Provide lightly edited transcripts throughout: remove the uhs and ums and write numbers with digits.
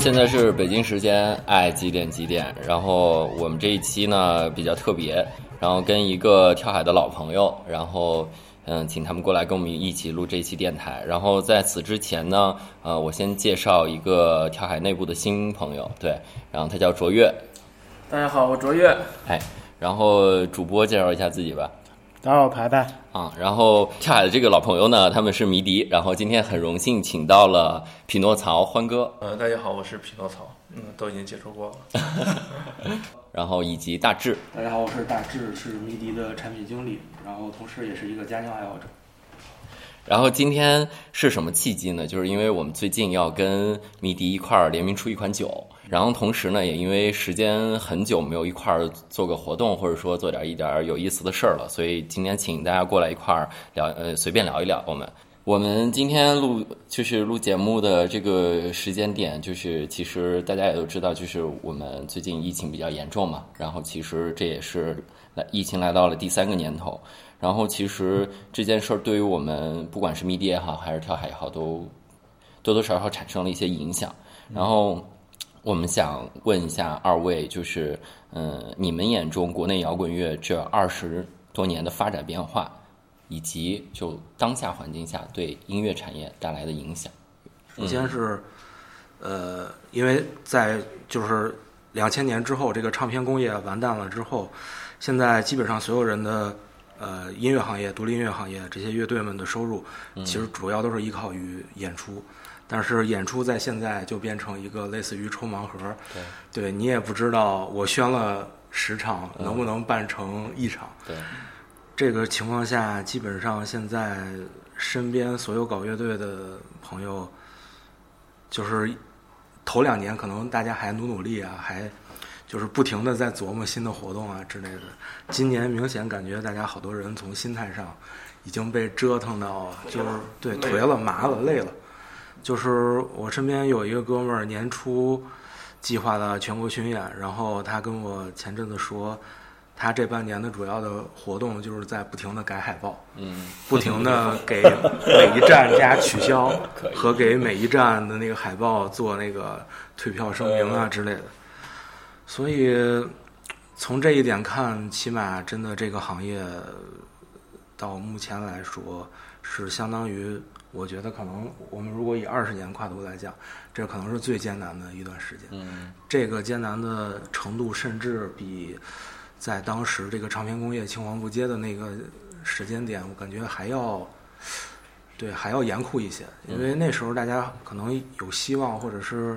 现在是北京时间几点，然后我们这一期呢比较特别，然后跟一个跳海的老朋友，然后请他们过来跟我们一起录这一期电台。然后在此之前呢，我先介绍一个跳海内部的新朋友，对，然后他叫卓越。 大家好，我卓越。 然后主播介绍一下自己吧。 大家好，排排然后跳海的这个老朋友呢，他们是迷笛，然后今天很荣幸请到了匹诺曹欢哥。 大家好，我是匹诺曹，都已经接触过了。 然后以及大志。 大家好，我是大志，是迷笛的产品经理，然后同时也是一个家庭爱好者。 然后今天是什么契机呢？就是因为我们最近要跟迷笛一块儿联名出一款酒，然后同时呢，也因为时间很久没有一块儿做个活动，或者说做一点有意思的事儿了，所以今天请大家过来一块儿聊，随便聊一聊。我们今天录节目的这个时间点，就是其实大家也都知道，就是我们最近疫情比较严重嘛，然后其实这也是疫情来到了第3个年头。然后其实这件事儿对于我们不管是迷笛也好，还是跳海也好，都多多少少产生了一些影响。然后我们想问一下二位，就是你们眼中国内摇滚乐这20多年的发展变化，以及就当下环境下对音乐产业带来的影响。 首先是因为在就是2000年之后，这个唱片工业完蛋了之后，现在基本上所有人的音乐行业、独立音乐行业这些乐队们的收入，其实主要都是依靠于演出。但是演出在现在就变成一个类似于抽盲盒，对你也不知道我宣了10场能不能办成1场。 对， 这个情况下，基本上现在身边所有搞乐队的朋友，就是头2年可能大家还努力啊，还就是不停的在琢磨新的活动啊之类的。今年明显感觉大家好多人从心态上已经被折腾到就是对颓了、麻了、累了。就是我身边有一个哥们儿年初计划了全国巡演，然后他跟我前阵子说，他这半年的主要的活动就是在不停的改海报，不停的给每一站加取消和给每一站的那个海报做那个退票声明啊之类的。所以从这一点看，起码真的这个行业到目前来说是相当于，我觉得可能我们如果以20年跨度来讲，这可能是最艰难的一段时间。这个艰难的程度甚至比在当时这个唱片工业青黄不接的那个时间点，我感觉还要严酷一些。因为那时候大家可能有希望，或者是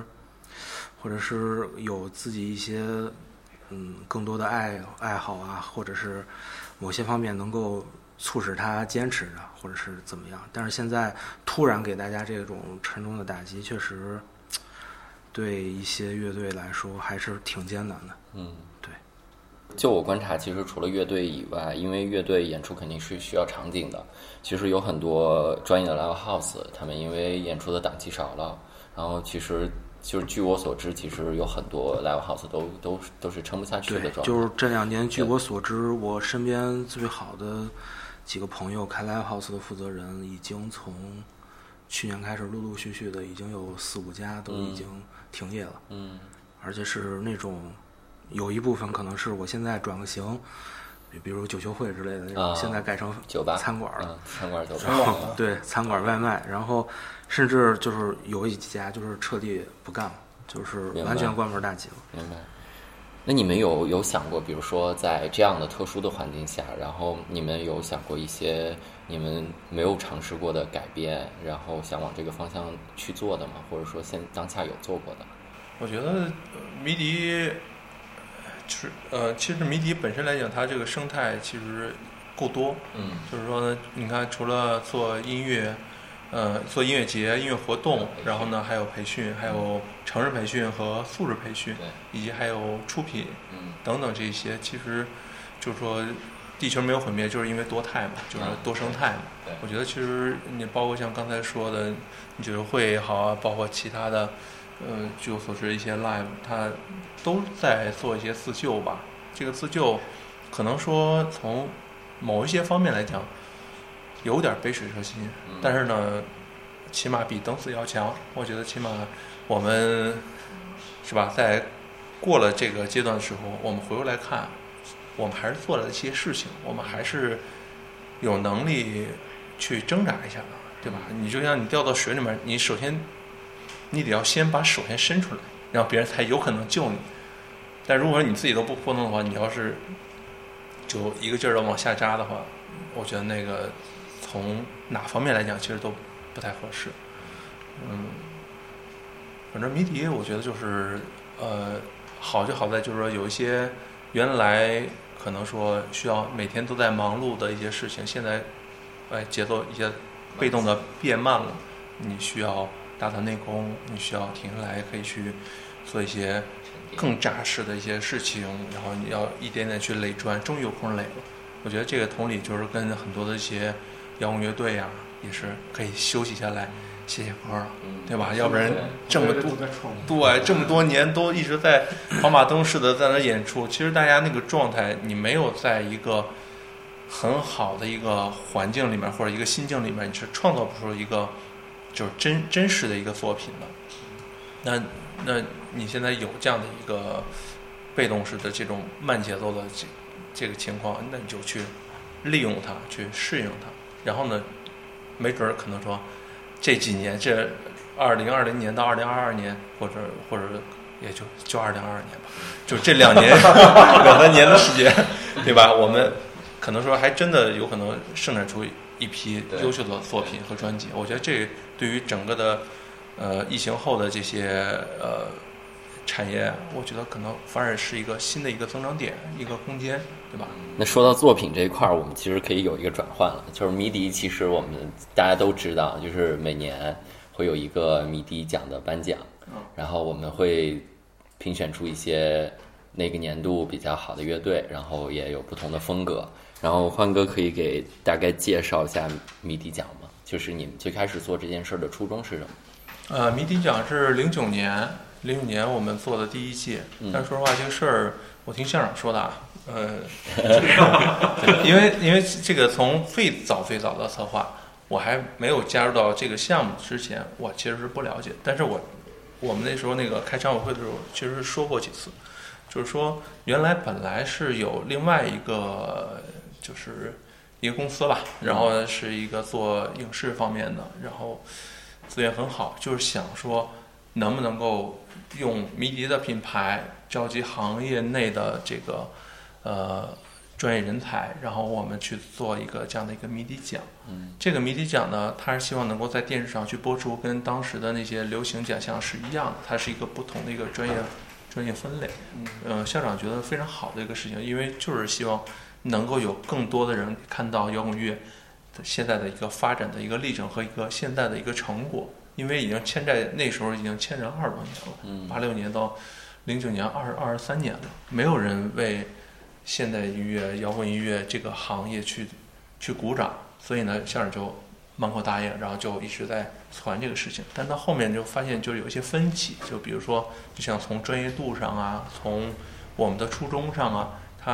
有自己一些更多的爱好啊，或者是某些方面能够促使他坚持着，或者是怎么样。但是现在突然给大家这种沉重的打击，确实对一些乐队来说还是挺艰难的。对。 就我观察，其实除了乐队以外，因为乐队演出肯定是需要场景的，其实有很多专业的 live house， 他们因为演出的档期少了，然后其实就是据我所知，其实有很多 live house 都是撑不下去的状态。 就是这2年，据我所知，我身边最好的几个朋友开 live house 的负责人，已经从去年开始陆陆续续的已经有4-5家都已经停业了。而且是那种有一部分可能是我现在转个型，比如酒球会之类的那种，现在改成酒吧、 餐馆了， 餐馆、酒吧， 对，餐馆外卖，然后甚至就是有几家就是彻底不干了，就是完全关门大吉了。 明白。那你们有想过，比如说在这样的特殊的环境下，然后你们有想过一些你们没有尝试过的改变，然后想往这个方向去做的吗？或者说当下有做过的？ 我觉得迷笛就是其实迷笛本身来讲，它这个生态其实够多。就是说呢，你看除了做音乐。做音乐节、音乐活动，然后呢还有培训，还有城市培训和素质培训，以及还有出品，等等这些。其实就是说，地球没有毁灭，就是因为多态嘛，就是多生态嘛。我觉得其实你包括像刚才说的，你酒友会也好啊，包括其他的，据我所知一些 live， 它都在做一些自救吧。这个自救，可能说从某一些方面来讲。有点杯水车薪，但是呢， 起码比等死要强。我觉得起码我们是吧，在过了这个阶段的时候，我们回过来看，我们还是做了一些事情，我们还是有能力去挣扎一下的，对吧？你就像你掉到水里面，你首先你得要先把手先伸出来，让别人才有可能救你。但如果说你自己都不活动的话，你要是就一个劲儿的往下扎的话，我觉得那个从哪方面来讲，其实都不太合适。反正谜底，我觉得就是好就好在就是说有一些原来可能说需要每天都在忙碌的一些事情，现在节奏一些被动的变慢了，你需要打打内功，你需要停下来可以去做一些更扎实的一些事情，然后你要一点点去垒砖，终于有空垒了。我觉得这个同理就是跟很多的一些摇滚乐队呀，也是可以休息下来写写歌，对吧？要不然这么多年都一直在跑马灯似的在那演出，其实大家那个状态，你没有在一个很好的一个环境里面或者一个心境里面，你是创造不出一个就是真实的一个作品的。那你现在有这样的一个被动式的这种慢节奏的这个情况，那你就去利用它，去适应它，然后呢，没准可能说这几年，这2020年到2022年，或者也就2022年吧，就这2年2-3年的时间，对吧？我们可能说还真的有可能生产出一批优秀的作品和专辑。我觉得这对于整个的疫情后的这些产业，我觉得可能反而是一个新的一个增长点，一个空间，对吧？ 那说到作品这一块，我们其实可以有一个转换了，就是迷笛，其实我们大家都知道，就是每年会有一个迷笛奖的颁奖，然后我们会评选出一些那个年度比较好的乐队，然后也有不同的风格。然后欢哥可以给大概介绍一下迷笛奖吗？就是你们最开始做这件事的初衷是什么？ 迷笛奖是09年我们做的第1届，但是说实话，这个事儿我听校长说的啊，因为这个从最早的策划，我还没有加入到这个项目之前，我其实是不了解。但是我们那时候那个开常委会的时候，其实说过几次，就是说原来本来是有另外一个就是一个公司吧，然后是一个做影视方面的，然后资源很好，就是想说能不能够用迷笛的品牌召集行业内的这个专业人才，然后我们去做一个这样的一个迷笛奖。这个迷笛奖呢，它是希望能够在电视上去播出，跟当时的那些流行奖项是一样的，它是一个不同的一个专业分类。校长觉得非常好的一个事情，因为就是希望能够有更多的人看到摇滚乐现在的一个发展的一个历程和一个现在的一个成果。因为已经欠债，那时候已经欠着20多年了，86年到09年23年了，没有人为现代音乐、摇滚音乐这个行业去鼓掌，所以呢，校长就满口答应，然后就一直在传这个事情。但到后面就发现，就是有一些分歧，就比如说，就像从专业度上啊，从我们的初衷上啊，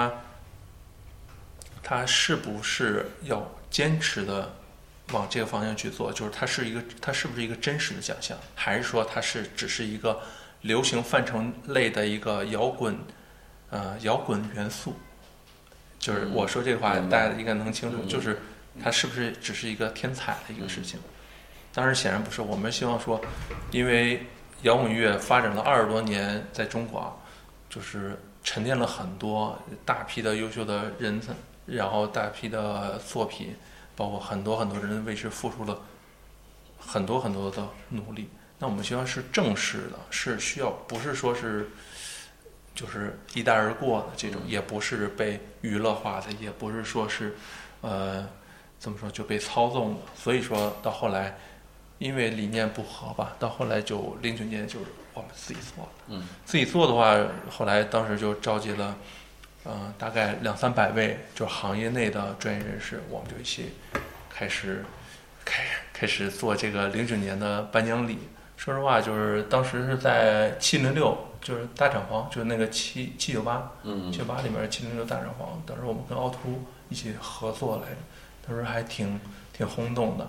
他是不是要坚持的往这个方向去做，就是它是不是一个真实的奖项，还是说它只是一个流行范畴类的一个摇滚元素？就是我说这个话，大家应该能清楚，就是它是不是只是一个添彩的一个事情？当然显然不是。我们希望说，因为摇滚乐发展了20多年，在中国就是沉淀了很多大批的优秀的人才，然后大批的作品。包括很多人为之付出了很多的努力，那我们希望是正式的，是需要，不是说是就是一带而过的这种，也不是被娱乐化的，也不是说是怎么说就被操纵的。所以说到后来，因为理念不合吧，到后来就09年就是我们自己做的。自己做的话，后来当时就召集了。大概200-300位，就是行业内的专业人士，我们就一起开始做这个09年的颁奖礼。说实话，就是当时是在706，就是大厂房，就是那个798里面706大厂房。当时我们跟凹凸一起合作来着，当时还挺轰动的。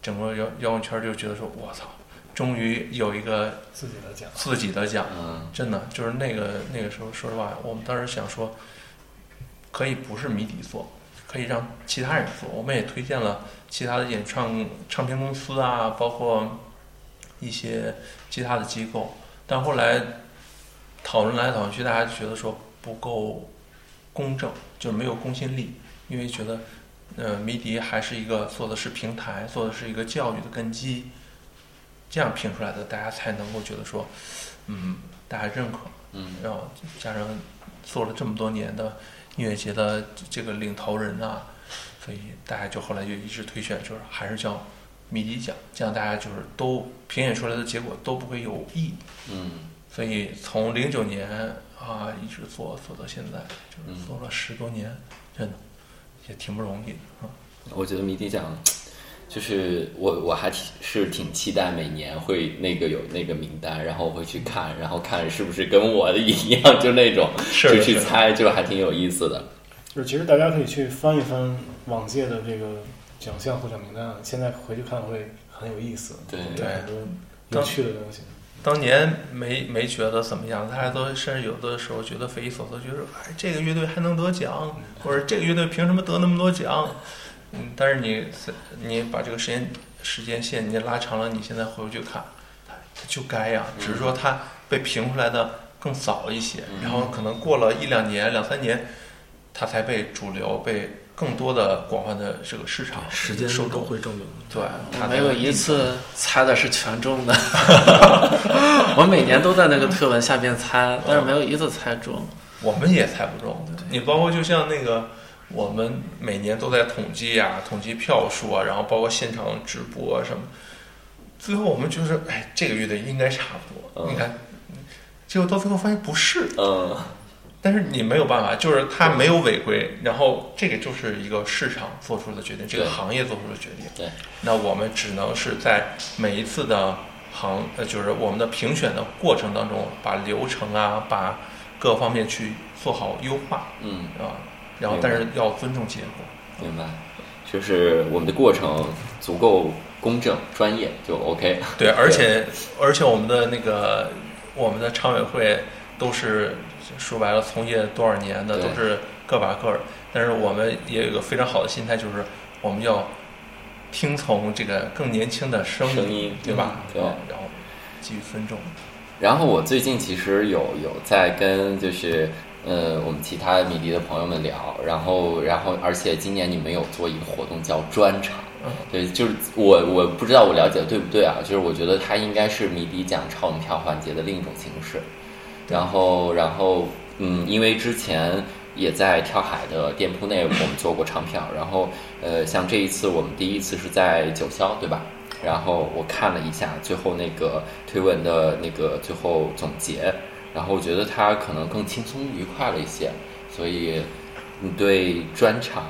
整个摇滚圈就觉得说，我操，终于有一个自己的奖， 真的就是那个时候，说实话，我们当时想说，可以不是迷笛做，可以让其他人做。我们也推荐了其他的唱片公司啊，包括一些其他的机构，但后来讨论来讨论去，大家觉得说不够公正，就是没有公信力，因为觉得迷笛还是一个做的是平台，做的是一个教育的根基，这样评出来的，大家才能够觉得说，大家认可，然后加上做了这么多年的音乐节的这个领头人啊，所以大家就后来就一致推选，就是还是叫迷笛奖，这样大家就是都评选出来的结果都不会有异。所以从09年啊一直做到现在，就是做了10多年，真的也挺不容易的啊。 我觉得迷笛奖。就是我还是挺期待每年会有那个名单，然后我会去看，然后看是不是跟我的一样，就那种就去猜，就还挺有意思的。 就是其实大家可以去翻一翻往届的这个奖项获奖名单，现在回去看会很有意思， 对， 很多有趣的东西。 当年没觉得怎么样，大家都甚至有的时候觉得匪夷所思，觉得这个乐队还能得奖，或者这个乐队凭什么得那么多奖？但是你把这个时间线你拉长了，你现在回去看，就该呀，只是说它被评出来的更早一些，然后可能过了1-2年、2-3年，它才被主流、被更多的广泛的这个市场时间都会证明。 对，没有一次猜的是全中的。我每年都在那个推文下边猜，但是没有一次猜中。 我们也猜不中，你包括就像那个。我们每年都在统计票数啊，然后包括现场直播啊什么，最后我们就是这个乐队应该差不多，你看，结果到最后发现不是，但是你没有办法，就是他没有违规，然后这个就是一个市场做出的决定，这个行业做出的决定， 对， 那我们只能是在每一次的就是我们的评选的过程当中，把流程啊，把各方面去做好优化，然后但是要尊重结果。 明白，就是我们的过程足够公正专业就 OK。 对，而且我们的常委会都是说白了从业多少年的，都是各把各的，但是我们也有一个非常好的心态，就是我们要听从这个更年轻的声音，对吧？ 对， 然后给予尊重。 然后我最近其实有在跟就是我们其他迷笛的朋友们聊，然后而且今年你们有做一个活动叫专场，对，就是我不知道我了解的对不对啊，就是我觉得它应该是迷笛奖超门票环节的另一种形式，然后因为之前也在跳海的店铺内我们做过唱票，然后像这一次我们第一次是在九霄，对吧？然后我看了一下最后那个推文的那个最后总结，然后我觉得它可能更轻松愉快了一些，所以你对专场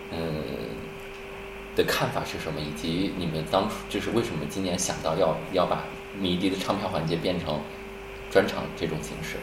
的看法是什么？以及你们当初就是为什么今年想到要把迷笛的唱票环节变成专场这种形式？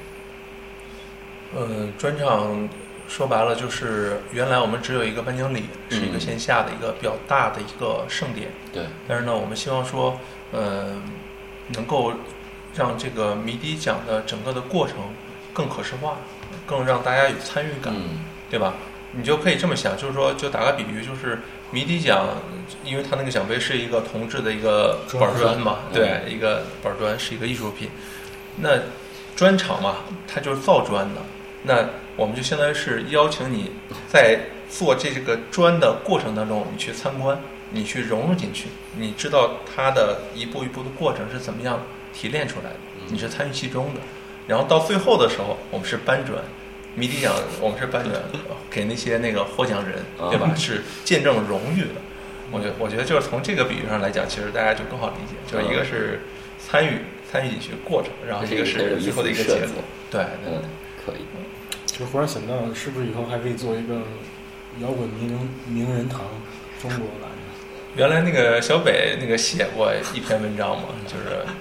专场说白了就是原来我们只有一个颁奖礼，是一个线下的一个比较大的一个盛典。 对。 但是呢，我们希望说，能够让这个迷笛奖的整个的过程更可视化，更让大家有参与感，对吧？你就可以这么想，就是说，就打个比喻，就是迷笛奖，因为它那个奖杯是一个铜制的一个板砖嘛，对，一个板砖是一个艺术品。那专场嘛，它就是造砖的。那我们就相当于是邀请你在做这个砖的过程当中，你去参观，你去融入进去，你知道它的一步一步的过程是怎么样提炼出来的，你是参与其中的。然后到最后的时候，我们是颁砖，迷笛奖我们是颁砖给那些那个获奖人，对吧？是见证荣誉的。我觉得就是从这个比喻上来讲，其实大家就更好理解，就是一个是参与进去过程，然后一个是最后的一个结果。对， 可以。 就忽然想到，是不是以后还可以做一个摇滚名人堂中国版的？ 原来那个小北那个写过一篇文章嘛，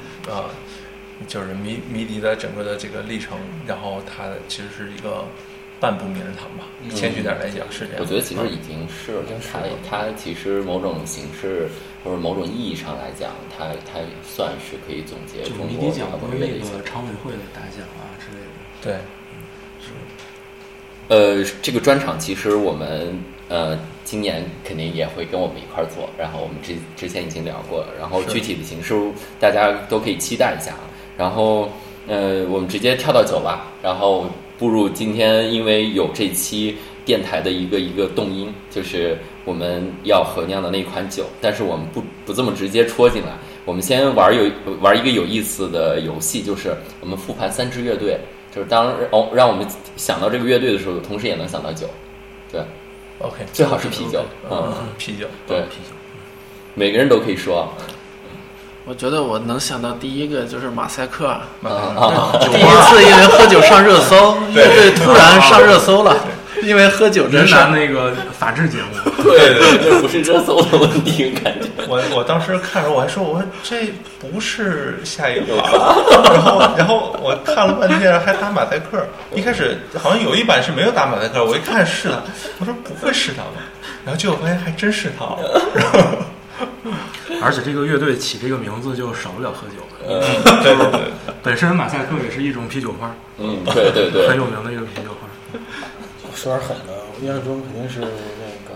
就是迷笛的整个的这个历程，然后它其实是一个半部名人堂吧，谦虚点来讲是这样。 我觉得其实已经是了，它其实某种形式或者某种意义上来讲，它算是可以总结中国迷笛奖摇滚不是那乐的一些个常委会的大奖啊之类的。 对， 这个专场其实我们今年肯定也会跟我们一块儿做，然后我们之前已经聊过了，然后具体的形式大家都可以期待一下。然后我们直接跳到酒吧，然后步入今天，因为有这期电台的一个动因，就是我们要合酿的那款酒，但是我们不这么直接戳进来，我们先玩一个有意思的游戏，就是我们复盘3支乐队。就是让我们想到这个乐队的时候，同时也能想到酒，对 ，OK， 最好是啤酒， 啤酒， 对，啤酒，每个人都可以说。 我觉得我能想到第一个就是马赛克， 第一次因为喝酒上热搜，乐队突然上热搜了，因为喝酒这事。 那个法制节目， 对，这不是热搜的问题，感觉。 我当时看着我还说，我说这不是下一个吧？然后我看了半天还打马赛克，一开始好像有一版是没有打马赛克，我一看是他，我说不会是他吧？然后结果发现还真是他。 而且这个乐队起这个名字就少不了喝酒。 对对对， 本身马赛克也是一种啤酒花。 对对对， 很有名的一个啤酒花。 说点狠的，我印象中肯定是那个，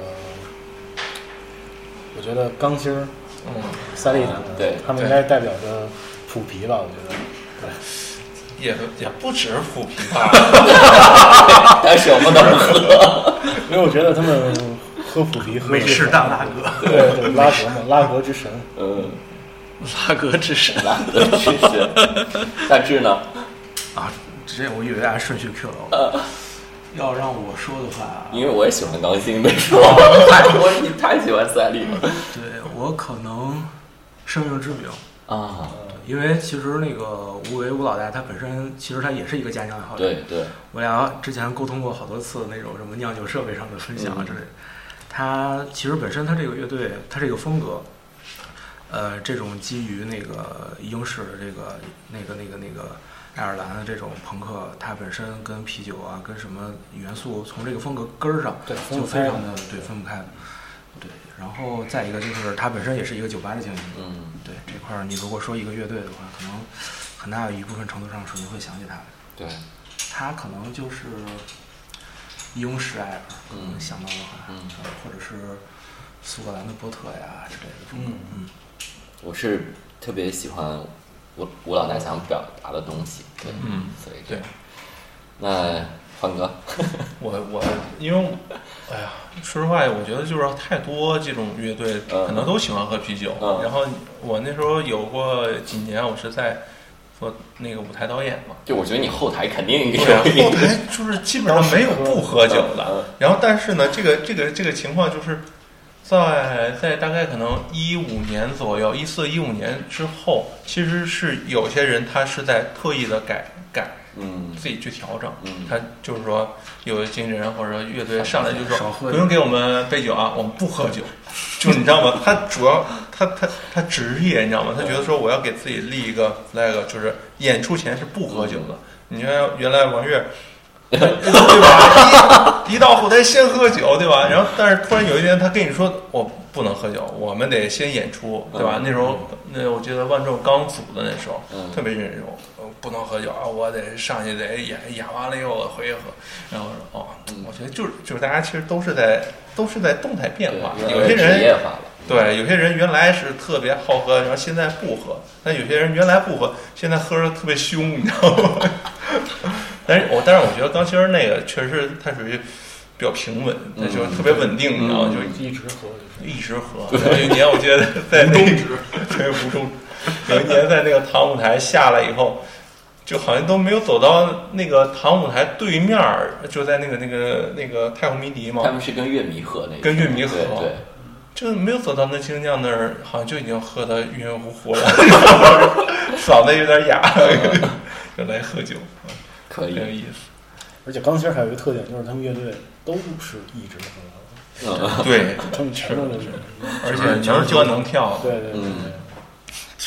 我觉得钢芯儿，赛利他们， 对， 他们应该代表着虎皮吧？我觉得，对， 也不止虎皮吧， 他什么都喝， 因为我觉得他们喝虎皮喝美式大拉格， 对拉格嘛，拉格之神， 拉格之神， 拉格之神。大致呢？ 啊，这我以为大家顺序 Q 了我。要让我说的话， 因为我也喜欢钢芯，没说，你太喜欢赛利了。 对，我可能生命之饼啊， 因为其实那个吴老大他本身其实他也是一个家酿爱好者。 对， 我俩之前沟通过好多次那种什么酿酒设备上的分享啊之类的。他其实本身他这个乐队他这个风格，这种基于那个英式的这个那个爱尔兰的这种朋克，它本身跟啤酒啊，跟什么元素，从这个风格根儿上就非常的分不开的。对，然后再一个就是它本身也是一个酒吧的经营。对这块儿，你如果说一个乐队的话，可能很大一部分程度上是你会想起它的。 对， 它可能就是英式爱尔，想到的话，或者是苏格兰的波特呀之类的风格。 我是特别喜欢吴老大想表达的东西，对，所以对。 那欢哥， 我因为，哎呀，说实话，我觉得就是太多这种乐队可能都喜欢喝啤酒。然后我那时候有过几年，我是在做那个舞台导演嘛。 就我觉得你后台肯定有，后台就是基本上没有不喝酒的。然后但是呢，这个情况就是。在大概可能15年左右，14、15年之后，其实是有些人他是在特意的改，自己去调整。他就是说，有的经纪人或者乐队上来就说，不用给我们杯酒啊，我们不喝酒。就你知道吗？他主要他职业，你知道吗？他觉得说我要给自己立一个 flag， 就是演出前是不喝酒的。你看原来王悦。对吧？一到后台先喝酒，对吧？然后，但是突然有一天，他跟你说我不能喝酒，我们得先演出，对吧？那时候，我记得万众刚组的那时候，特别认真，不能喝酒啊，我得上去得演完了以后我回去喝。然后说我觉得就是大家其实都是在动态变化，有些人对，有些人原来是特别好喝，然后现在不喝；但有些人原来不喝，现在喝着特别凶，你知道吗？但是我觉得钢芯儿那个确实它属于比较平稳，它就特别稳定，你知道吗？就一直喝。有一年我记得在那无中止，有一年在那个唐舞台下来以后，就好像都没有走到那个唐舞台对面，就在那个太湖迷笛嘛。 他们是跟乐迷喝那个， 跟乐迷喝， 对。 就没有走到那精酿那儿，好像就已经喝得晕晕乎乎了，嗓子有点哑，就来喝酒。 可以， 很有意思。 而且钢芯还有一个特点，就是他们乐队都是一直喝。 对， 他们全都是， 而且能歌能跳。 对。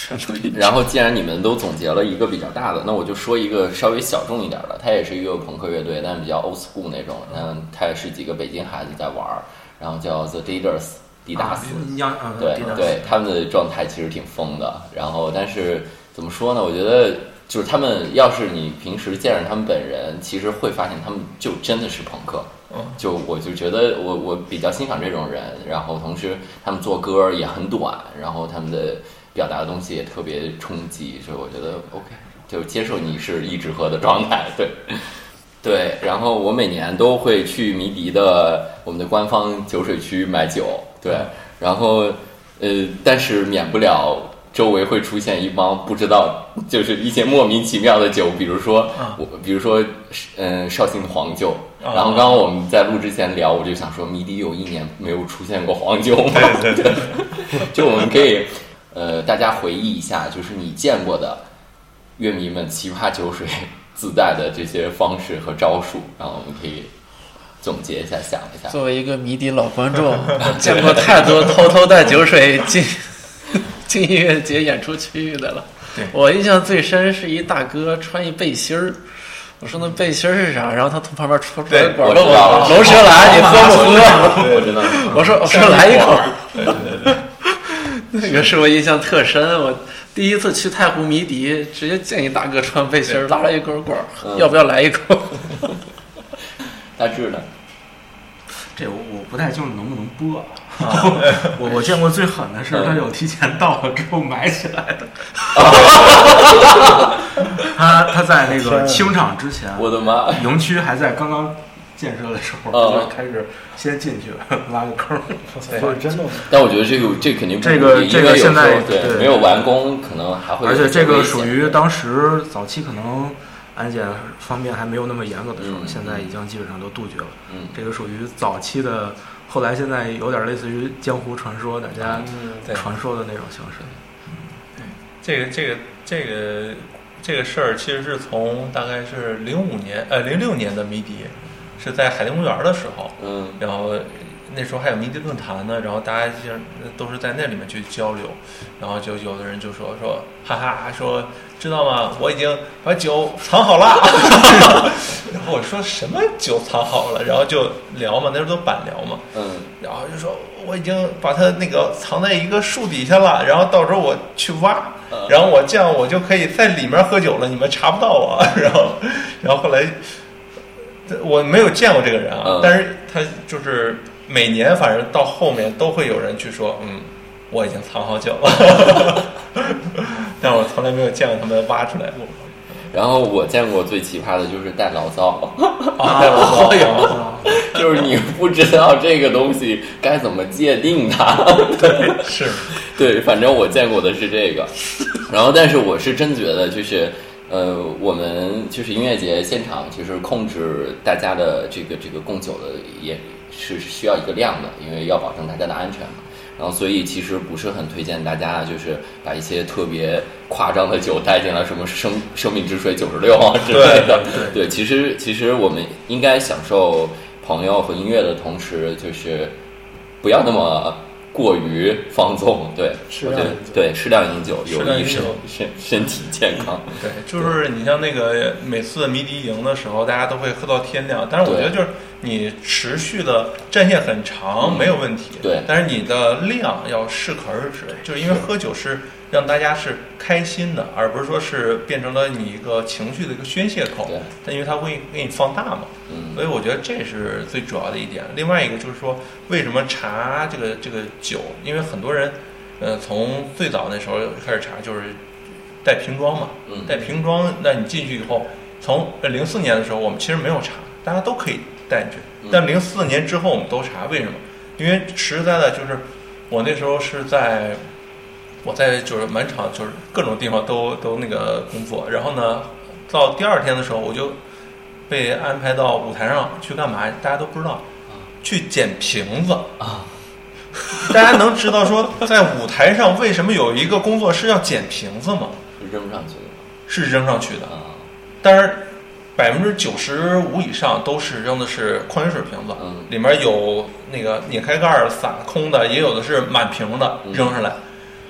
全都一致。 然后既然你们都总结了一个比较大的，那我就说一个稍微小众一点的，它也是一个朋克乐队，但比较 old school 那种。它也是几个北京孩子在玩，然后叫 The Diggers 迪达斯。对，他们的状态其实挺疯的。然后但是怎么说呢？我觉得就是他们，要是你平时见着他们本人，其实会发现他们就真的是朋克。就我就觉得我比较欣赏这种人，然后同时他们做歌也很短，然后他们的表达的东西也特别冲击，所以我觉得 OK， 就接受你是一直喝的状态。对，然后我每年都会去迷笛的我们的官方酒水区买酒，对，然后但是免不了周围会出现一帮不知道，就是一些莫名其妙的酒，比如说绍兴的黄酒。然后刚刚我们在录之前聊，我就想说，迷笛有1年没有出现过黄酒吗？对，就我们可以大家回忆一下，就是你见过的乐迷们奇葩酒水自带的这些方式和招数，然后我们可以总结一下，想一下。 作为一个迷笛老观众，见过太多偷偷带酒水进音乐节演出区域的了。我印象最深是一大哥穿一背心儿，我说那背心儿是啥？然后他从旁边出来管问我龙舌兰你喝不喝？ 我知道。 我说来一口。那个是我印象特深。我第一次去太湖迷笛，直接见一大哥穿背心儿，拉了一根管，要不要来一口？ 大致的。 这我不太清楚能不能播。我见过最狠的是，他有提前到了之后埋起来的。他在那个清场之前， 我的妈！ 营区还在刚刚建设的时候，他就开始先进去挖个坑。 对，真的。 但我觉得这肯定不这个现在对没有完工，可能还会。 而且这个属于当时早期可能安检方面还没有那么严格的时候，现在已经基本上都杜绝了。这个属于早期的，后来现在有点类似于江湖传说，大家传说的那种形式。 这个事儿其实是从大概是06年的迷笛，是在海淀公园的时候，然后那时候还有迷笛论坛呢，然后大家都是在那里面去交流，然后就有的人就说哈哈，说知道吗？我已经把酒藏好了。然后我说什么酒藏好了？然后就聊嘛，那时候都板聊嘛，然后就说我已经把它那个藏在一个树底下了，然后到时候我去挖，然后这样我就可以在里面喝酒了，你们查不到我。然后后来我没有见过这个人啊，但是他就是每年反正到后面都会有人去说，我已经藏好酒了。但我从来没有见过他们挖出来过。 然后我见过最奇葩的就是带醪糟，就是你不知道这个东西该怎么界定它。 对，是， 对，反正我见过的是这个。然后，但是我是真觉得就是。我们就是音乐节现场，其实控制大家的这个供酒的也是需要一个量的，因为要保证大家的安全嘛。然后，所以其实不是很推荐大家就是把一些特别夸张的酒带进来，什么生命之水96啊之类的。对，其实我们应该享受朋友和音乐的同时，就是不要那么过于放纵，对，适量饮酒，有益身体健康。 对，就是你像那个每次迷笛营的时候，大家都会喝到天亮，但是我觉得就是你持续的战线很长没有问题， 对， 但是你的量要适可而止，就是因为喝酒是让大家是开心的，而不是说是变成了你一个情绪的一个宣泄口，但因为它会给你放大嘛，所以我觉得这是最主要的一点。另外一个就是说，为什么查这个酒？因为很多人，从最早那时候开始查，就是带瓶装嘛，带瓶装，那你进去以后，从04年的时候，我们其实没有查，大家都可以带进去，但04年之后我们都查，为什么？因为实在的，就是我那时候我在就是满场就是各种地方都那个工作，然后呢，到第二天的时候我就被安排到舞台上去干嘛？大家都不知道，去捡瓶子啊！大家能知道说在舞台上为什么有一个工作室要捡瓶子吗？ 是扔上去的， 是扔上去的啊！但是95%以上都是扔的是矿泉水瓶子，里面有那个拧开盖儿洒空的，也有的是满瓶的扔上来。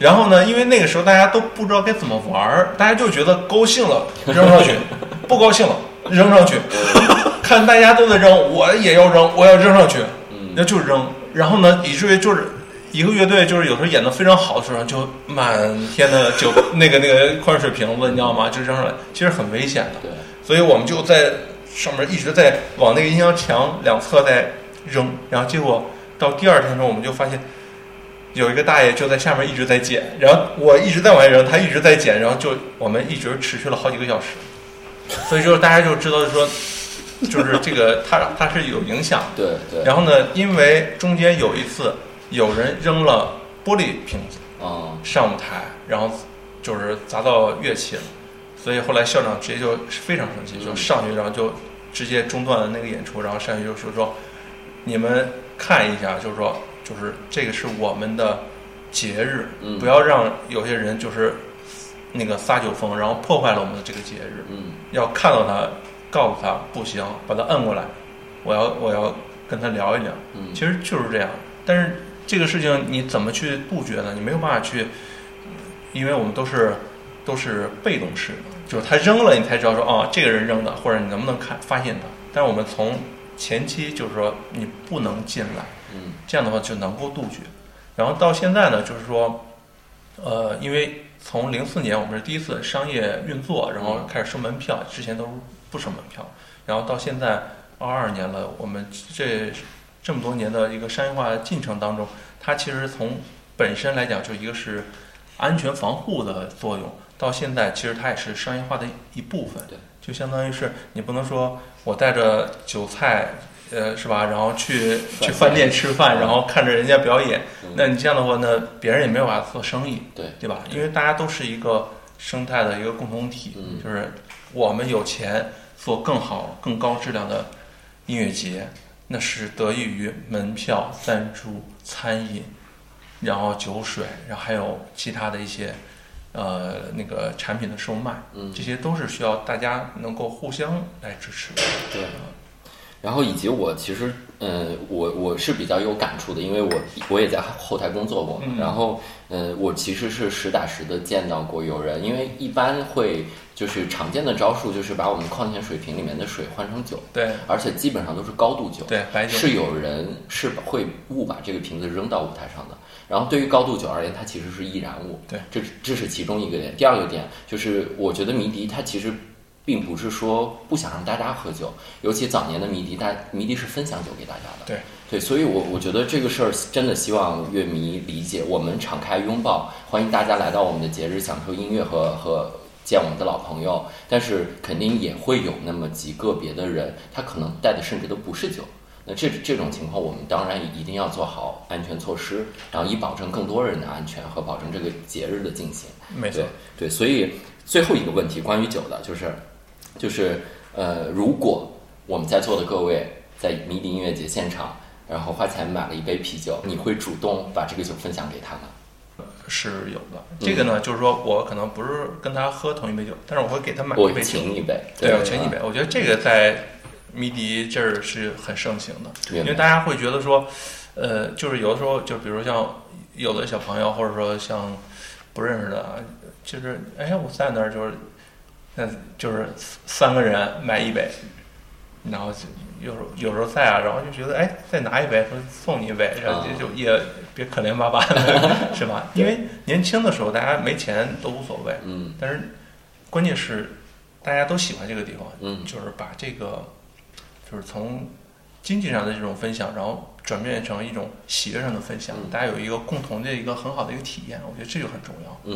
然后呢，因为那个时候大家都不知道该怎么玩，大家就觉得高兴了扔上去，不高兴了扔上去，看大家都在扔，我也要扔，我要扔上去，那就扔。然后呢，以至于就是一个乐队，就是有时候演得非常好的时候，就满天的就那个矿泉水瓶子，你知道吗？就扔上来，其实很危险的。 对， 所以我们就在上面一直在往那个音箱墙两侧在扔，然后结果到第二天的时候，我们就发现有一个大爷就在下面一直在捡，然后我一直在往下扔，他一直在捡，然后就我们一直持续了好几个小时。所以就是大家就知道说，就是这个它是有影响。 对对。 然后呢，因为中间有一次有人扔了玻璃瓶子上舞台，然后就是砸到乐器了，所以后来校长直接就非常生气，就上去然后就直接中断了那个演出，然后上去就说你们看一下，就是这个是我们的节日，不要让有些人就是那个撒酒疯，然后破坏了我们的这个节日。要看到他，告诉他不行，把他摁过来，我要跟他聊一聊。其实就是这样。但是这个事情你怎么去杜绝呢？你没有办法去，因为我们都是被动式的，就是他扔了你才知道说这个人扔的，或者你能不能发现他。但是我们从前期就是说你不能进来，这样的话就能够杜绝。然后到现在呢，就是说，因为从04年我们是第一次商业运作，然后开始收门票，之前都不收门票。然后到现在22年了，我们这么多年的一个商业化进程当中，它其实从本身来讲，就一个是安全防护的作用，到现在其实它也是商业化的一部分。 对， 就相当于是你不能说我带着韭菜。是吧？然后去饭店吃饭，然后看着人家表演，那你这样的话呢，别人也没有办法做生意，对吧？因为大家都是一个生态的一个共同体，就是我们有钱做更好、更高质量的音乐节，那是得益于门票、赞助、餐饮，然后酒水，然后还有其他的一些那个产品的售卖，这些都是需要大家能够互相来支持的。 对。然后以及我其实，我是比较有感触的，因为我也在后台工作过，然后我其实是实打实的见到过有人，因为一般会就是常见的招数就是把我们矿泉水瓶里面的水换成酒， 对， 而且基本上都是高度酒， 对，白酒是有人是会误把这个瓶子扔到舞台上的。然后对于高度酒而言，它其实是易燃物， 对， 这是其中一个点。第二个点就是我觉得迷笛它其实并不是说不想让大家喝酒，尤其早年的迷笛是分享酒给大家的。对，所以我觉得这个事儿真的希望乐迷理解，我们敞开拥抱，欢迎大家来到我们的节日，享受音乐和见我们的老朋友。但是肯定也会有那么几个别的人，他可能带的甚至都不是酒。那这种情况，我们当然一定要做好安全措施，然后以保证更多人的安全和保证这个节日的进行。 没错， 对，所以最后一个问题关于酒的就是如果我们在座的各位在迷笛音乐节现场，然后花钱买了一杯啤酒，你会主动把这个酒分享给他吗？ 是有的。这个呢，就是说我可能不是跟他喝同一杯酒，但是我会给他买一杯酒， 我请一杯， 对，我请一杯。我觉得这个在迷笛这儿是很盛行的，因为大家会觉得说，就是有的时候，就比如像有的小朋友，或者说像不认识的，就是我在那儿就是3个人买一杯，然后有时候在然后就觉得再拿一杯，说送你一杯，然后就也别可怜巴巴的，是吧？因为年轻的时候大家没钱都无所谓，但是关键是大家都喜欢这个地方，就是把这个就是从经济上的这种分享，然后转变成一种喜悦上的分享，大家有一个共同的一个很好的一个体验，我觉得这就很重要。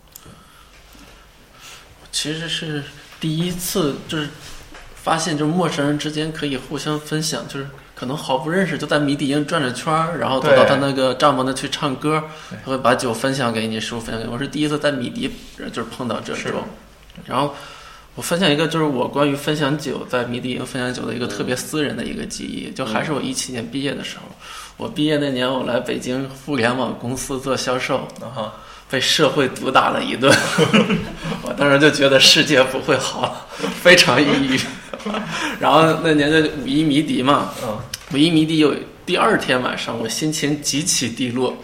其实是第一次就是发现，就是陌生人之间可以互相分享，就是可能毫不认识就在迷笛营转着圈，然后走到他那个帐篷那去唱歌，他会把酒分享给你，食物分享给你。我是第一次在迷笛就是碰到这种。然后我分享一个就是我关于分享酒在迷笛营分享酒的一个特别私人的一个记忆，就还是我17年毕业的时候，我毕业那年我来北京互联网公司做销售，被社会毒打了一顿，我当时就觉得世界不会好，非常抑郁。然后那年的五一迷笛嘛，五一迷笛有第2天晚上，我心情极其低落，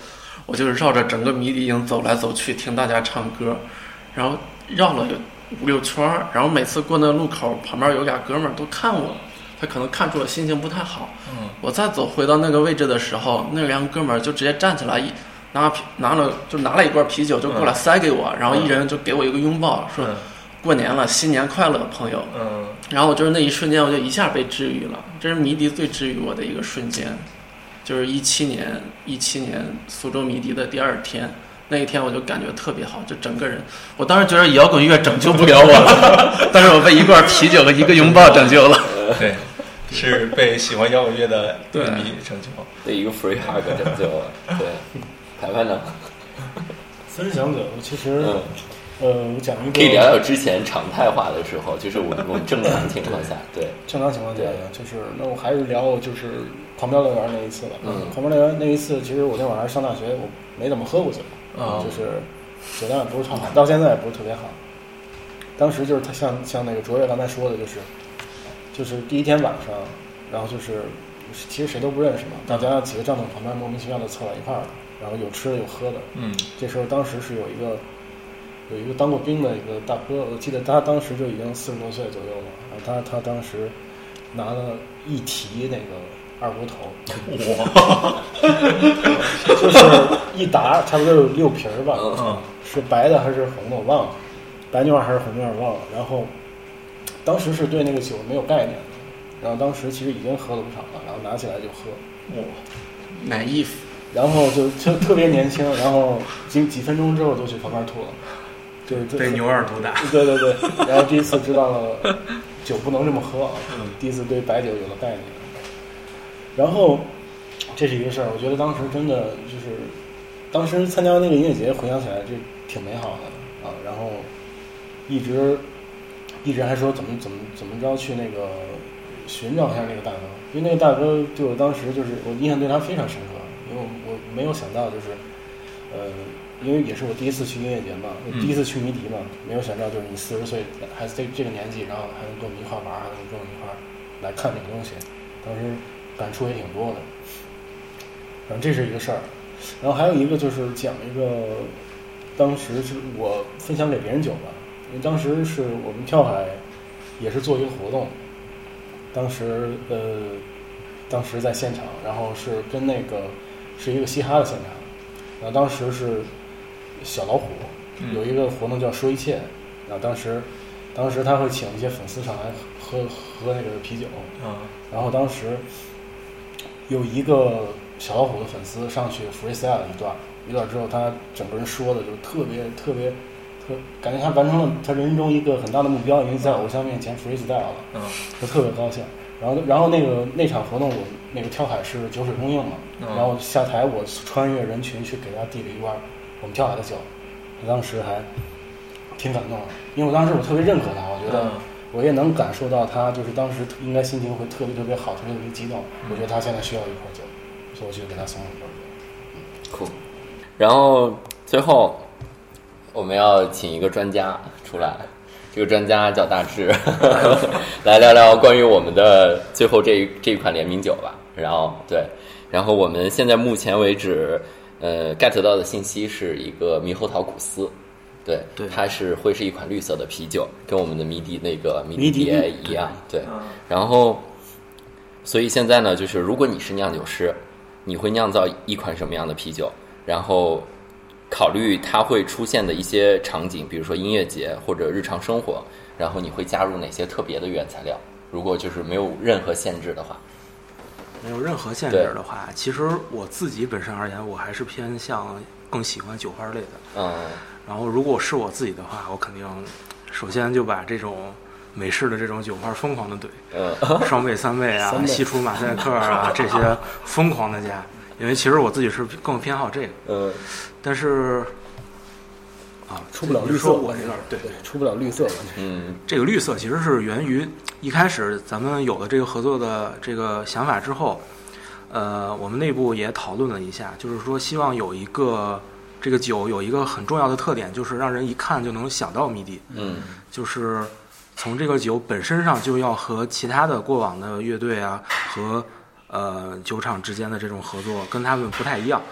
我就是绕着整个迷笛营走来走去，听大家唱歌，然后绕了有5-6圈，然后每次过那路口，旁边有俩哥们儿都看我，他可能看出我心情不太好。我再走回到那个位置的时候，那两个哥们儿就直接站起来，拿了一罐啤酒就过来塞给我，然后一人就给我一个拥抱，说过年了，新年快乐，朋友。然后就是那一瞬间，我就一下被治愈了，这是迷笛最治愈我的一个瞬间，就是17年苏州迷笛的第2天。那一天我就感觉特别好，就整个人，我当时觉得摇滚乐拯救不了我了，但是我被一罐啤酒和一个拥抱拯救了。 对，是被喜欢摇滚乐的迷拯救， 被一个 free hug 拯救了。对，台湾呢？ 分享者其实，我讲一个， 可以聊聊之前常态化的时候，就是我们正常情况下，对， 正常情况下就是那我还是聊就是狂飙乐园那一次吧。狂飙乐园那一次，其实我那会儿还上大学，我没怎么喝过酒。就是酒量也不是特好，到现在也不是特别好。当时就是他像那个卓越刚才说的，就是第一天晚上，然后就是其实谁都不认识嘛，大家几个帐篷旁边莫名其妙的凑到一块儿了，然后有吃的有喝的。这时候当时是有一个当过兵的一个大哥，我记得他当时就已经40多岁左右了，然后他当时拿了一提那个二锅头，哇，就是一打差不多有6瓶吧，是白的还是红的我忘了，白牛二还是红牛二忘了。然后当时是对那个酒没有概念的，然后当时其实已经喝了不少了，然后拿起来就喝， 哇，奶衣服， 然后就特别年轻，然后几分钟之后就去旁边吐了，就是被牛二毒打。 对，然后第一次知道了酒不能这么喝啊，第一次对白酒有了概念。然后这是一个事儿，我觉得当时真的就是当时参加那个音乐节，回想起来就挺美好的啊。然后一直还说怎么着去那个寻找一下那个大哥，因为那个大哥对我当时就是我印象对他非常深刻，因为我没有想到就是因为也是我第一次去音乐节嘛，我第一次去迷笛嘛，没有想到就是你40岁还是这个年纪，然后还能跟我们一块玩，还能跟我们一块来看这个东西，当时感触也挺多的。然后这是一个事儿，然后还有一个就是讲一个，当时是我分享给别人酒吧，因为当时是我们跳海也是做一个活动，当时在现场，然后是跟那个是一个嘻哈的现场，然后当时是小老虎有一个活动叫说一切，然后当时他会请一些粉丝上来喝那个啤酒，然后当时有一个小老虎的粉丝上去 freestyle 一段之后，他整个人说的就特别感觉他完成了他人生中一个很大的目标，因为在偶像面前 freestyle 了，就特别高兴。然后那场活动我那个跳海是酒水供应嘛，然后下台我穿越人群去给他递了一罐我们跳海的酒，我当时还挺感动的，因为我当时我特别认可他，我觉得我也能感受到他就是当时应该心情会特别好，特别激动。我觉得他现在需要一块酒，所以我就给他送了一罐酒。 酷。然后最后我们要请一个专家出来，这个专家叫大志，来聊聊关于我们的最后这一款联名酒吧。然后我们现在目前为止get 到的信息是一个猕猴桃古斯。对，它会是一款绿色的啤酒，跟我们的迷笛那个迷笛蝶一样。对，然后，所以现在呢，就是如果你是酿酒师，你会酿造一款什么样的啤酒？然后考虑它会出现的一些场景，比如说音乐节或者日常生活，然后你会加入哪些特别的原材料？如果就是没有任何限制的话。 没有任何限制的话，其实我自己本身而言，我还是偏向更喜欢酒花类的。然后如果是我自己的话，我肯定首先就把这种美式的这种酒花疯狂的怼，双倍、3倍啊，西楚马赛克啊这些疯狂的加，因为其实我自己是更偏好这个。但是出不了绿色， 我这段对出不了绿色。 这个绿色其实是源于一开始咱们有了这个合作的这个想法之后，我们内部也讨论了一下，就是说希望有一个这个酒有一个很重要的特点，就是让人一看就能想到迷笛。就是从这个酒本身上就要和其他的过往的乐队啊和酒厂之间的这种合作跟他们不太一样。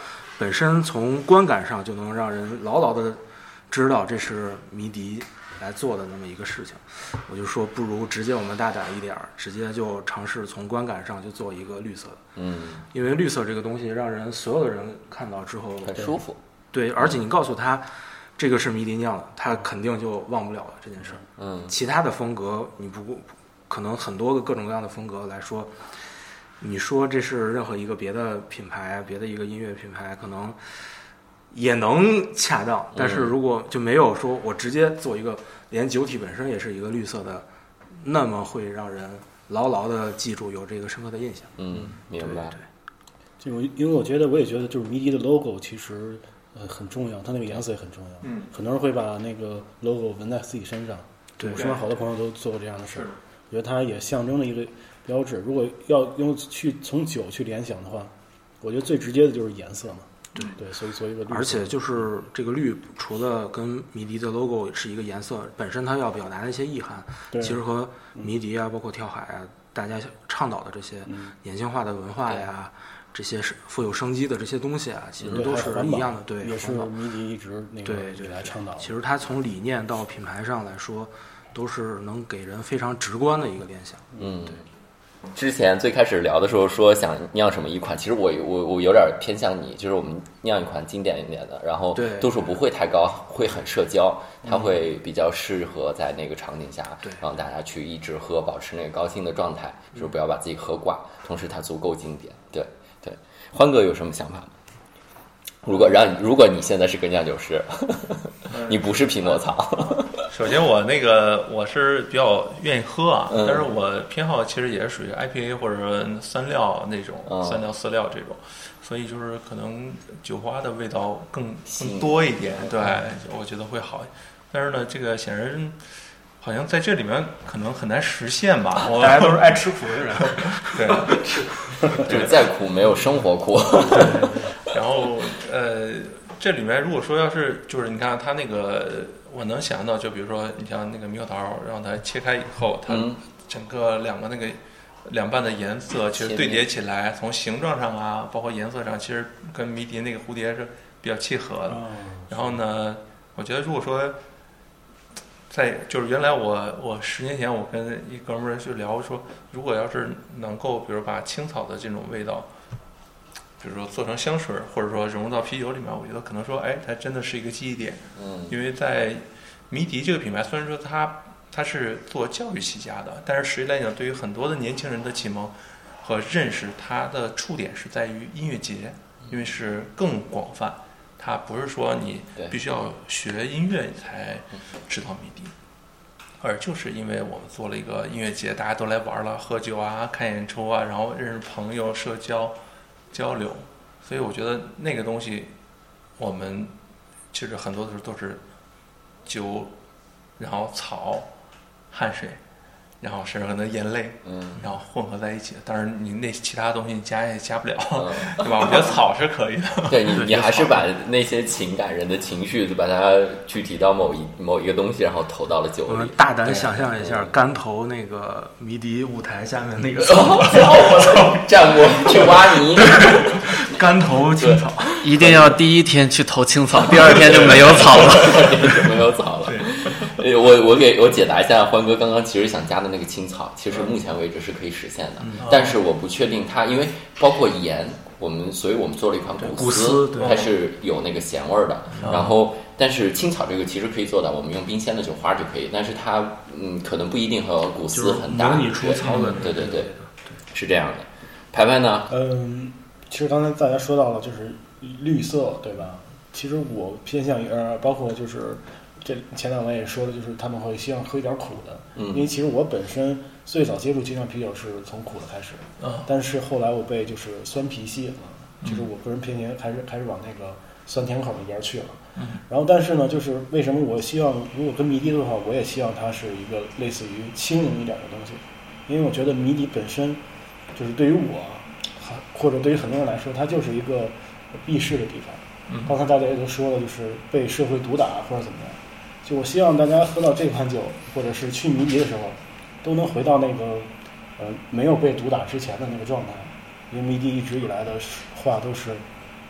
本身从观感上就能让人牢牢的知道这是迷笛来做的那么一个事情。我就说不如直接我们大胆一点，直接就尝试从观感上就做一个绿色的。因为绿色这个东西让人所有的人看到之后很舒服。 对，而且你告诉他这个是迷笛酿的，他肯定就忘不了了这件事。其他的风格你不可能很多个各种各样的风格来说，你说这是任何一个别的品牌，别的一个音乐品牌可能也能恰当，但是如果就没有说我直接做一个连酒体本身也是一个绿色的，那么会让人牢牢的记住，有这个深刻的印象。 明白。 对， 这个因为我也觉得就是迷笛的 logo 其实很重要，它那个颜色也很重要。很多人会把那个 logo 纹在自己身上。对，我身边好多朋友都做过这样的事。我觉得它也象征了一个标志。如果要从酒去联想的话，我觉得最直接的就是颜色嘛。对，所以做一个绿色。 而且就是这个绿，除了跟迷笛的 logo 是一个颜色，本身它要表达的一些意涵，其实和迷笛啊，包括跳海啊，大家倡导的这些年轻化的文化呀，这些富有生机的这些东西啊，其实都是一样的。对， 也是迷笛一直那个来倡导。 其实它从理念到品牌上来说，都是能给人非常直观的一个联想。 对。之前最开始聊的时候说想酿什么一款，其实我有点偏向你，就是我们酿一款经典一点的，然后度数不会太高，会很社交，它会比较适合在那个场景下让大家去一直喝，保持那个高兴的状态，就是不要把自己喝挂，同时它足够经典。对，欢哥有什么想法吗？如果你现在是个酿酒师，你不是匹诺曹。 首先我是比较愿意喝啊，但是我偏好其实也是属于 IPA 或者三料那种，三料四料这种，所以就是可能酒花的味道更多一点，对，我觉得会好。但是呢，这个显然好像在这里面可能很难实现吧。 大家都是爱吃苦的人， 对， 就是再苦没有生活苦。 然后这里面如果说要是就是你看它那个，我能想到就比如说你像那个猕猴桃，让它切开以后，它整个两半的颜色其实对叠起来，从形状上啊，包括颜色上，其实跟迷笛那个蝴蝶是比较契合的。然后呢，我觉得如果说就是原来我10年前我跟一哥们儿就聊说，如果要是能够比如把青草的这种味道，比如说做成香水，或者说融入到啤酒里面，我觉得可能说，它真的是一个记忆点。因为在迷笛这个品牌，虽然说它是做教育起家的，但是实际来讲，对于很多的年轻人的启蒙和认识，它的触点是在于音乐节，因为是更广泛。它不是说你必须要学音乐你才知道迷笛，而就是因为我们做了一个音乐节，大家都来玩了，喝酒啊，看演出啊，然后认识朋友、社交流，所以我觉得那个东西，我们其实很多的时候都是酒，然后草、汗水，然后甚至可能眼泪，然后混合在一起。当然，你那其他东西你加也加不了，对吧？我觉得草是可以的。 对你还是把那些情感、人的情绪，把它具体到某一个东西，然后投到了酒里。 我们大胆想象一下，干头那个迷笛舞台下面那个站过去挖泥， 干头青草， 一定要第一天去投青草，第二天就没有草了， 没有草了。我解答一下欢哥刚刚其实想加的那个青草，其实目前为止是可以实现的，但是我不确定它，因为包括盐，所以我们做了一款古斯，它是有那个咸味的。然后，但是青草这个其实可以做到，我们用冰鲜的酒花就可以，但是它可能不一定和古斯很大。 模拟出草的， 对，是这样的。排排呢？ 其实刚才大家说到了就是绿色，对吧？其实我偏向于包括就是这前两位也说的，就是他们会希望喝一点苦的，因为其实我本身最早接触精酿啤酒是从苦的开始，但是后来我被就是酸啤吸引了，就是我个人偏见开始往那个酸甜口那边去了。然后但是呢，就是为什么我希望如果跟迷笛的话，我也希望它是一个类似于轻盈一点的东西，因为我觉得迷笛本身就是对于我或者对于很多人来说，它就是一个避世的地方。刚才大家也都说了，就是被社会毒打或者怎么样。就我希望大家喝到这款酒，或者是去迷笛的时候，都能回到那个没有被毒打之前的那个状态。因为迷笛一直以来的话都是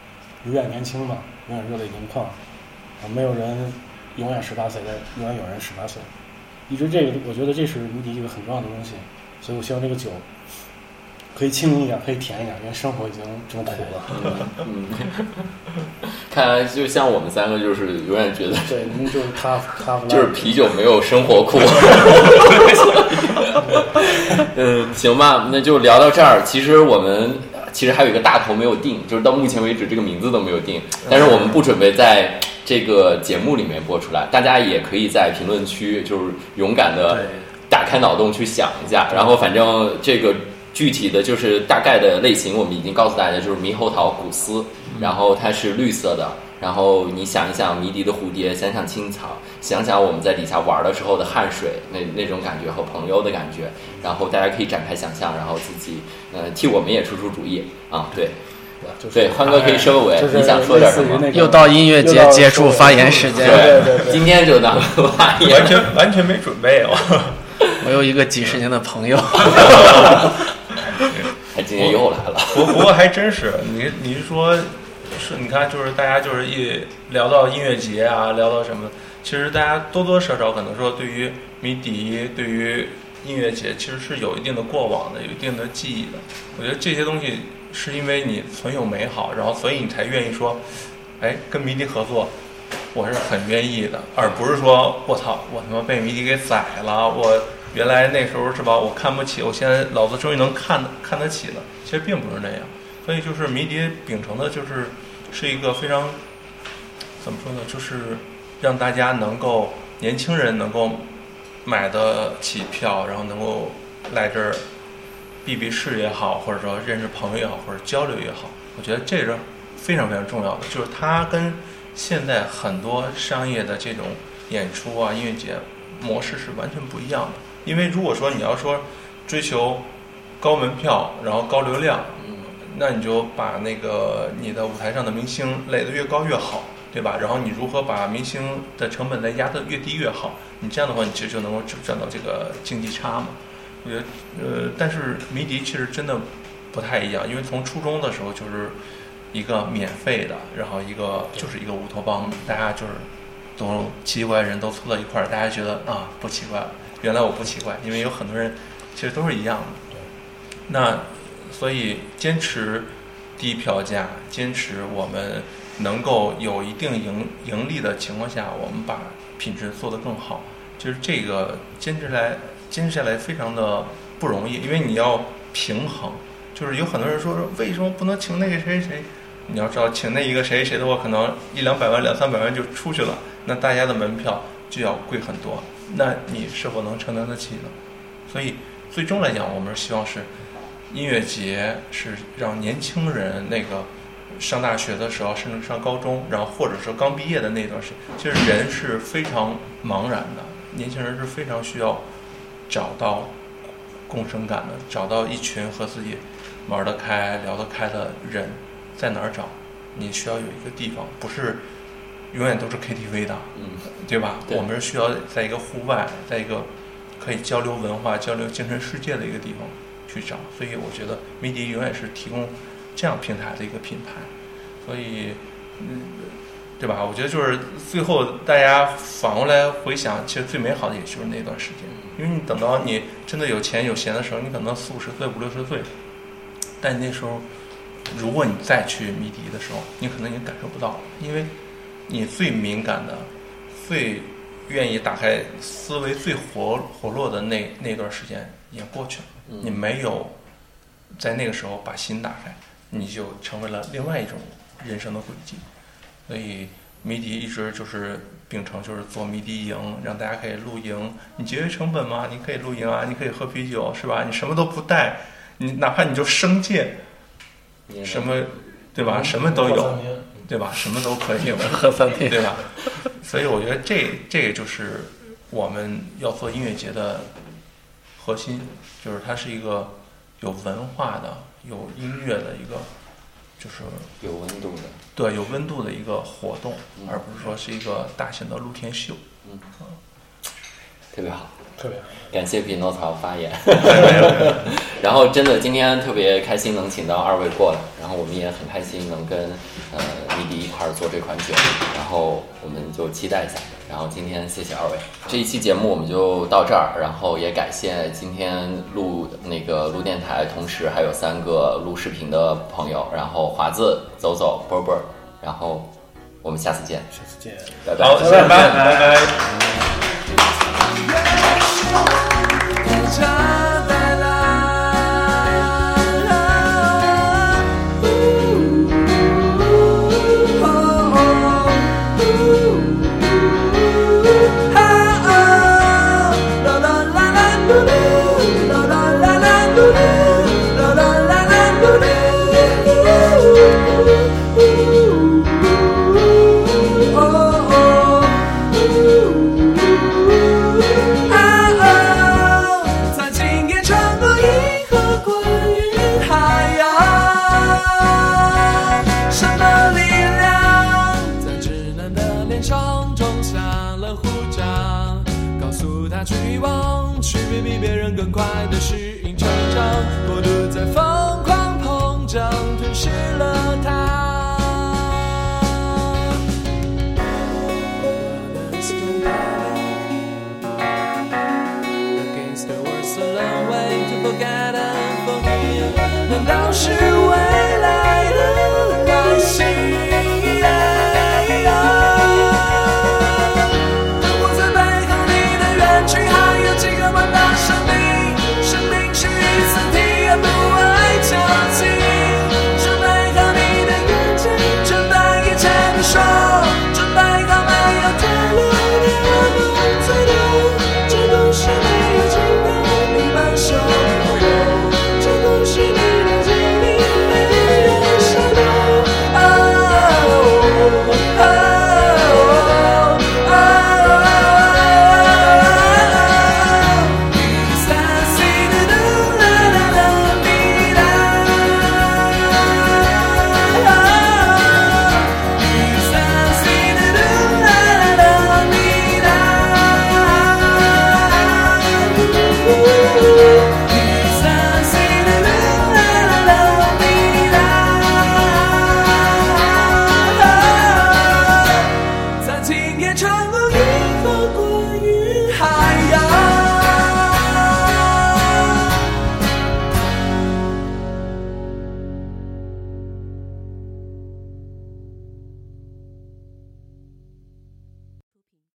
永远年轻嘛，永远热泪盈眶，没有人永远18岁，但永远有人18岁。一直这个，我觉得这是迷笛一个很重要的东西，所以我希望这个酒可以轻盈一点，可以甜一点，因为生活已经这么苦了。看来就像我们三个，就是永远觉得， 对，您就是他就是啤酒没有生活苦。行吧，那就聊到这儿。其实我们还有一个大头没有定，就是到目前为止这个名字都没有定，但是我们不准备在这个节目里面播出来，大家也可以在评论区就是勇敢的打开脑洞去想一下，然后反正这个具体的就是大概的类型我们已经告诉大家，就是猕猴桃古斯，然后它是绿色的，然后你想一想迷笛的蝴蝶，想想青草，想想我们在底下玩的时候的汗水，那种感觉和朋友的感觉，然后大家可以展开想象，然后自己替我们也出主意啊，对。对，欢哥可以收尾，你想说点什么？ 又到音乐节结束发言时间， 对，今天就当发言， 完全没准备哦。 我有一个几十年的朋友， 他今天又来了。 不过还真是，你是说，是你看，就是大家就是一聊到音乐节啊，聊到什么，其实大家多多少少可能说对于迷笛，对于音乐节，其实是有一定的过往的，有一定的记忆的。我觉得这些东西。是因为你存有美好，然后所以你才愿意说，哎，跟迷笛合作，我是很愿意的，而不是说我操，我他妈被迷笛给宰了，我原来那时候是吧，我看不起，我现在老子终于能看得起了，其实并不是那样。所以就是迷笛秉承的是一个非常怎么说呢，就是让大家能够年轻人能够买得起票，然后能够来这儿。避世也好，或者说认识朋友也好，或者交流也好，我觉得这是非常非常重要的。就是它跟现在很多商业的这种演出啊、音乐节模式是完全不一样的。因为如果说你要说追求高门票，然后高流量，那你就把那个你的舞台上的明星垒得越高越好，对吧？然后你如何把明星的成本再压得越低越好？你这样的话，你其实就能够赚到这个经济差嘛。我觉得，但是迷笛其实真的不太一样，因为从初中的时候就是一个免费的，然后就是一个乌托邦，大家就是都奇奇怪人都凑到一块儿，大家觉得啊不奇怪了，原来我不奇怪，因为有很多人其实都是一样的。那所以坚持低票价，坚持我们能够有一定盈利的情况下，我们把品质做得更好，就是这个坚持下来非常的不容易，因为你要平衡，就是有很多人说为什么不能请那个谁谁？你要知道，请那一个谁谁的话，可能100-200万、200-300万就出去了，那大家的门票就要贵很多，那你是否能承担得起呢？所以最终来讲，我们希望是音乐节是让年轻人那个上大学的时候，甚至上高中，然后或者说刚毕业的那段时间，其实人是非常茫然的，年轻人是非常需要找到共生感的，找到一群和自己玩得开、聊得开的人，在哪儿找？你需要有一个地方，不是永远都是 KTV 的，对吧？对，我们是需要在一个户外，在一个可以交流文化、交流精神世界的一个地方去找。所以我觉得迷笛永远是提供这样平台的一个品牌。所以，对吧？我觉得就是最后大家反过来回想，其实最美好的也就是那段时间，因为你等到你真的有钱有闲的时候，你可能40-50岁、50-60岁，但那时候如果你再去迷笛的时候，你可能已经感受不到了，因为你最敏感的、最愿意打开思维、最活络的那段时间已经过去了。你没有在那个时候把心打开，你就成为了另外一种人生的轨迹。所以迷笛一直就是秉承就是做迷笛营，让大家可以露营。你节约成本吗？你可以露营啊，你可以喝啤酒，是吧？你什么都不带，你哪怕你就生戒，什么对吧？什么都有，对吧？什么都可以喝3天， 对吧？所以我觉得这个就是我们要做音乐节的核心，就是它是一个有文化的、有音乐的一个。就是有温度的， 对，有温度的一个活动，而不是说是一个大型的露天秀。 特别好， 特别好。 感谢匹诺曹发言。然后真的今天特别开心能请到二位过来，然后我们也很开心能跟迷笛一块儿做这款酒，然后我们就期待一下。然后今天谢谢二位，这一期节目我们就到这儿，然后也感谢今天录电台，同时还有3个录视频的朋友，然后华子、走走、波波，然后我们下次见，拜拜， 好，下次见，拜拜。 比别人更快的适应成长，过度在疯狂膨胀，吞噬了它。Against the worst alone way to forget and forgive， 难道是未来的来袭？穿过银河，关于海。